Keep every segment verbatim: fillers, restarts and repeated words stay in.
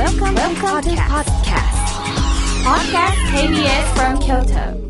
Welcome, Welcome to podcast. Podcast ケービーエス from Kyoto.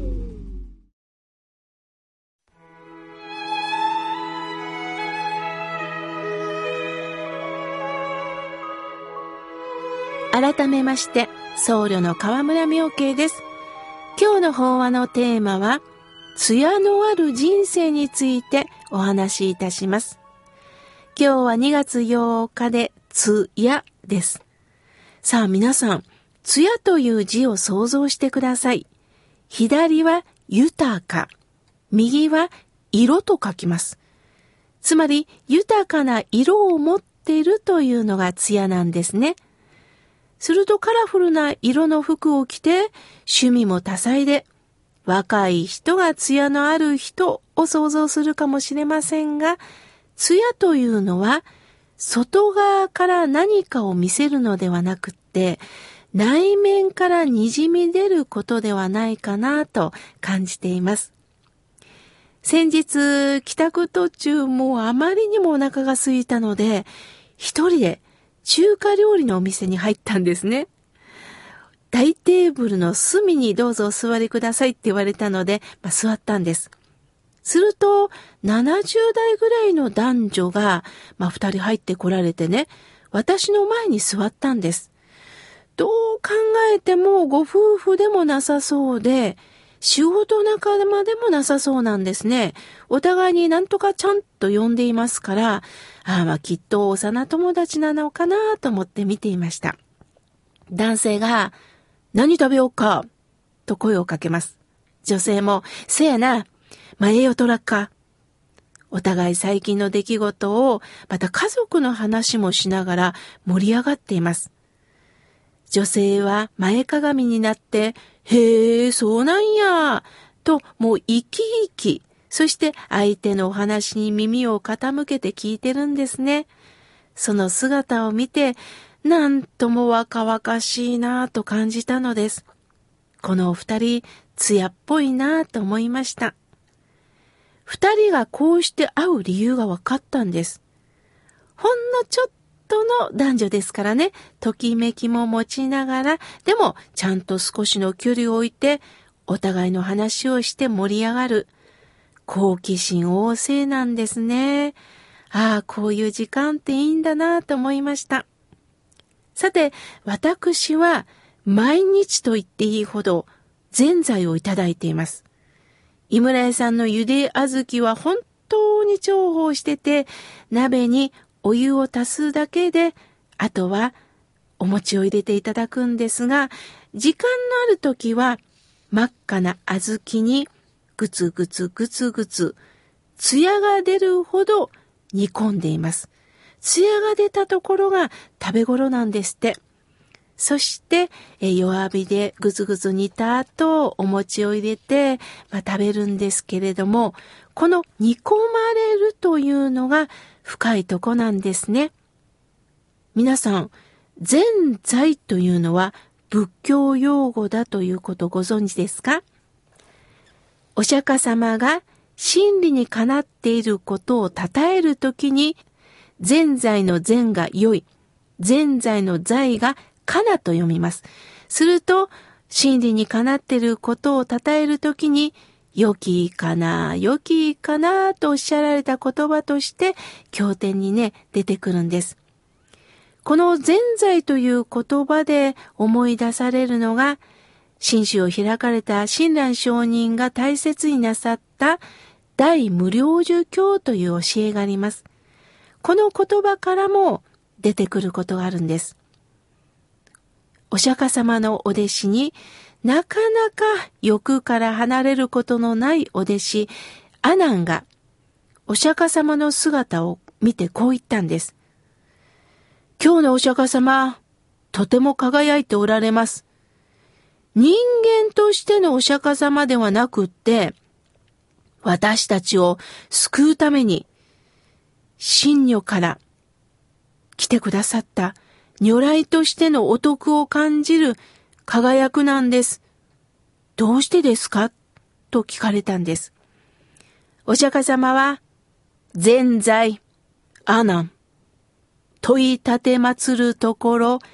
改めまして、僧侶の河村妙慶です。今日の法話のテーマは、艶のある人生についてお話しいたします。今日はにがつようかで、艶です。さあ皆さん、艶という字を想像してください。左は豊か、右は色と書きます。つまり、豊かな色を持っているというのが艶なんですね。するとカラフルな色の服を着て、趣味も多彩で、若い人が艶のある人を想像するかもしれませんが、艶というのは、外側から何かを見せるのではなくって、内面からにじみ出ることではないかなと感じています。先日、帰宅途中もうあまりにもお腹が空いたので、一人で中華料理のお店に入ったんですね。大テーブルの隅にどうぞお座りくださいって言われたので、まあ、座ったんです。すると、ななじゅうだいぐらいの男女が、まあ、二人入ってこられてね、私の前に座ったんです。どう考えてもご夫婦でもなさそうで、仕事仲間でもなさそうなんですね。お互いになんとかちゃんと呼んでいますから、ああまあきっと幼友達なのかなと思って見ていました。男性が、何食べようかと声をかけます。女性も、せやな、まあ栄養とらっか。お互い最近の出来事を、また家族の話もしながら盛り上がっています。女性は前かがみになって、へえ、そうなんや、ともう生き生き、そして相手のお話に耳を傾けて聞いてるんですね。その姿を見て、なんとも若々しいなと感じたのです。このお二人、艶っぽいなと思いました。二人がこうして会う理由が分かったんです。ほんのちょっとの男女ですからね、ときめきも持ちながら、でもちゃんと少しの距離を置いて、お互いの話をして盛り上がる。好奇心旺盛なんですね。ああ、こういう時間っていいんだなと思いました。さて、私は毎日と言っていいほどぜんざいをいただいています。井村屋さんのゆで小豆は本当に重宝してて、鍋にお湯を足すだけで、あとはお餅を入れていただくんですが、時間のある時は真っ赤な小豆にぐつぐつぐつぐつ、艶が出るほど煮込んでいます。艶が出たところが食べ頃なんですって。そしてえ弱火でぐつぐつ煮た後、お餅を入れて、まあ、食べるんですけれども、この煮込まれるというのが深いとこなんですね。皆さん、ぜんざいというのは仏教用語だということをご存知ですか？お釈迦様が真理にかなっていることを称えるときに、ぜんざいの善が良い、ぜんざいの在がかなと読みます。すると、真理にかなっていることを称えるときに、良きかな、良きかなとおっしゃられた言葉として、経典にね、出てくるんです。このぜんざいという言葉で思い出されるのが、真宗を開かれた親鸞上人が大切になさった大無量寿経という教えがあります。この言葉からも出てくることがあるんです。お釈迦様のお弟子になかなか欲から離れることのないお弟子、阿難がお釈迦様の姿を見てこう言ったんです。今日のお釈迦様、とても輝いておられます。人間としてのお釈迦様ではなくって、私たちを救うために、真如から来てくださった如来としてのお徳を感じる輝くなんです。どうしてですかと聞かれたんです。お釈迦様は、善哉、阿難、問い立てまつるところ、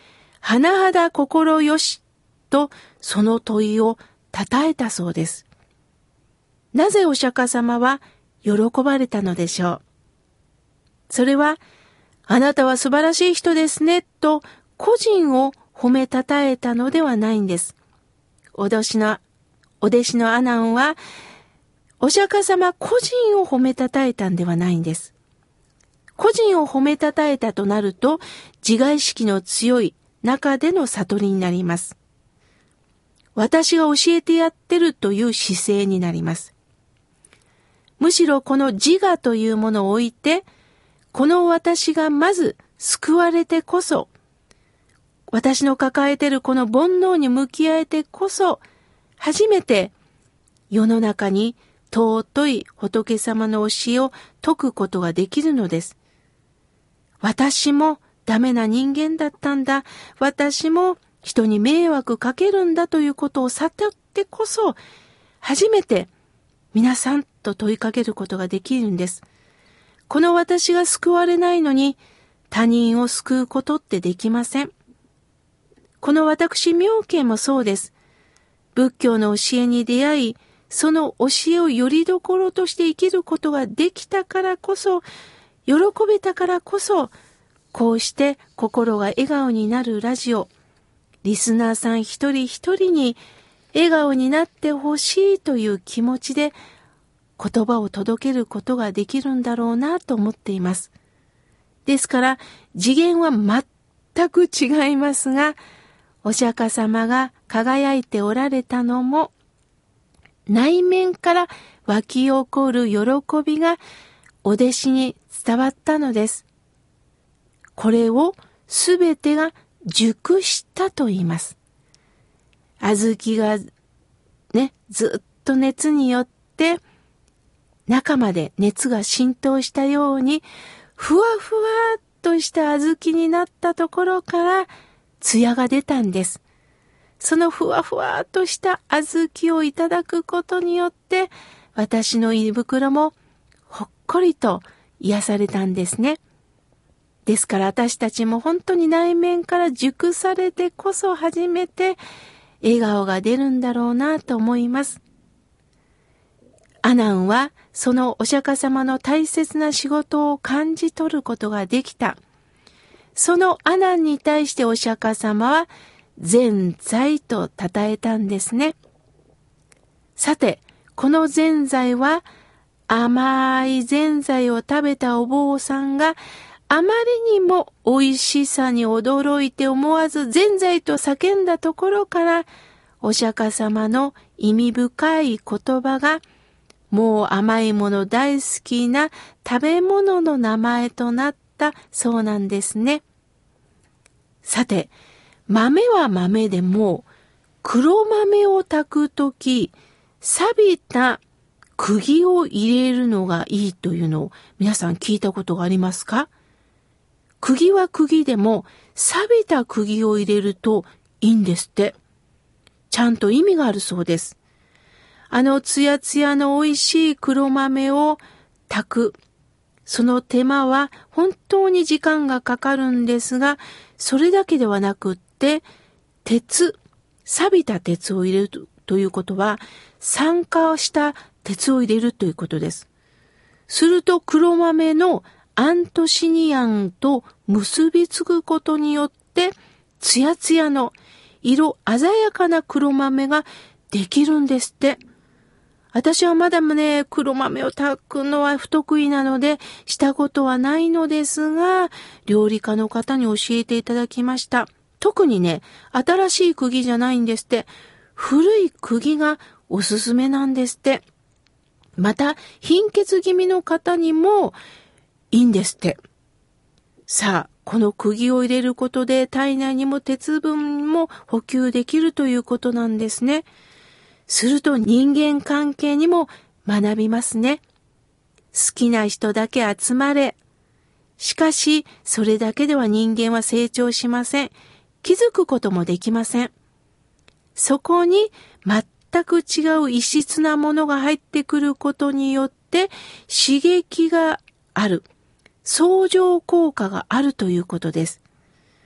甚だ心よしとその問いをたたえたそうです。なぜお釈迦様は喜ばれたのでしょう。それは、あなたは素晴らしい人ですねと個人を褒めたたえたのではないんです。お弟子の、お弟子の阿難は、お釈迦様個人を褒めたたえたんではないんです。個人を褒めたたえたとなると、自我意識の強い中での悟りになります。私が教えてやってるという姿勢になります。むしろこの自我というものを置いて、この私がまず救われてこそ、私の抱えているこの煩悩に向き合えてこそ、初めて世の中に尊い仏様の教えを説くことができるのです。私もダメな人間だったんだ。私も人に迷惑かけるんだということを悟ってこそ、初めて皆さんと問いかけることができるんです。この私が救われないのに他人を救うことってできません。この私妙見もそうです。仏教の教えに出会い、その教えをよりどころとして生きることができたからこそ、喜べたからこそ、こうして心が笑顔になるラジオ、リスナーさん一人一人に笑顔になってほしいという気持ちで言葉を届けることができるんだろうなと思っています。ですから次元は全く違いますが、お釈迦様が輝いておられたのも内面から湧き起こる喜びがお弟子に伝わったのです。これをすべてが熟したと言います。小豆がね、ずっと熱によって中まで熱が浸透したように、ふわふわっとした小豆になったところから艶が出たんです。そのふわふわっとした小豆をいただくことによって、私の胃袋もほっこりと癒されたんですね。ですから私たちも本当に内面から熟されてこそ初めて笑顔が出るんだろうなと思います。阿難はそのお釈迦様の大切な仕事を感じ取ることができた。その阿難に対してお釈迦様は善哉と称えたんですね。さて、この善哉は甘い善哉を食べたお坊さんがあまりにも美味しさに驚いて思わず善哉と叫んだところからお釈迦様の意味深い言葉がもう甘いもの大好きな食べ物の名前となったそうなんですね。さて、豆は豆でも黒豆を炊くとき、錆びた釘を入れるのがいいというのを皆さん聞いたことがありますか？釘は釘でも錆びた釘を入れるといいんですって。ちゃんと意味があるそうです。あのつやつやの美味しい黒豆を炊く。その手間は本当に時間がかかるんですが、それだけではなくって、鉄、錆びた鉄を入れるということは、酸化した鉄を入れるということです。すると黒豆のアントシニアンと結びつくことによって、つやつやの色鮮やかな黒豆ができるんですって。私はまだね、黒豆を炊くのは不得意なので、したことはないのですが、料理家の方に教えていただきました。特にね、新しい釘じゃないんですって。古い釘がおすすめなんですって。また、貧血気味の方にもいいんですって。さあ、この釘を入れることで体内にも鉄分も補給できるということなんですね。すると人間関係にも学びますね。好きな人だけ集まれ。しかし、それだけでは人間は成長しません。気づくこともできません。そこに全く違う異質なものが入ってくることによって刺激がある。相乗効果があるということです。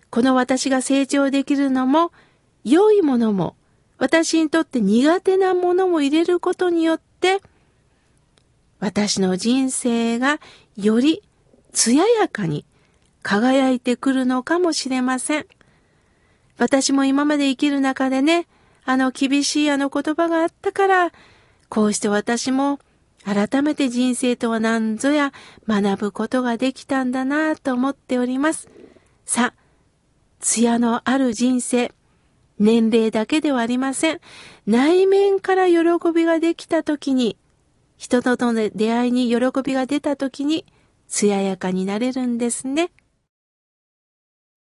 この私が成長できるのも、良いものも、私にとって苦手なものも入れることによって、私の人生がより艶やかに輝いてくるのかもしれません。私も今まで生きる中でね、あの厳しいあの言葉があったから、こうして私も改めて人生とは何ぞや学ぶことができたんだなと思っております。さあ、艶のある人生、年齢だけではありません。内面から喜びができたときに、人との出会いに喜びが出たときに、艶やかになれるんですね。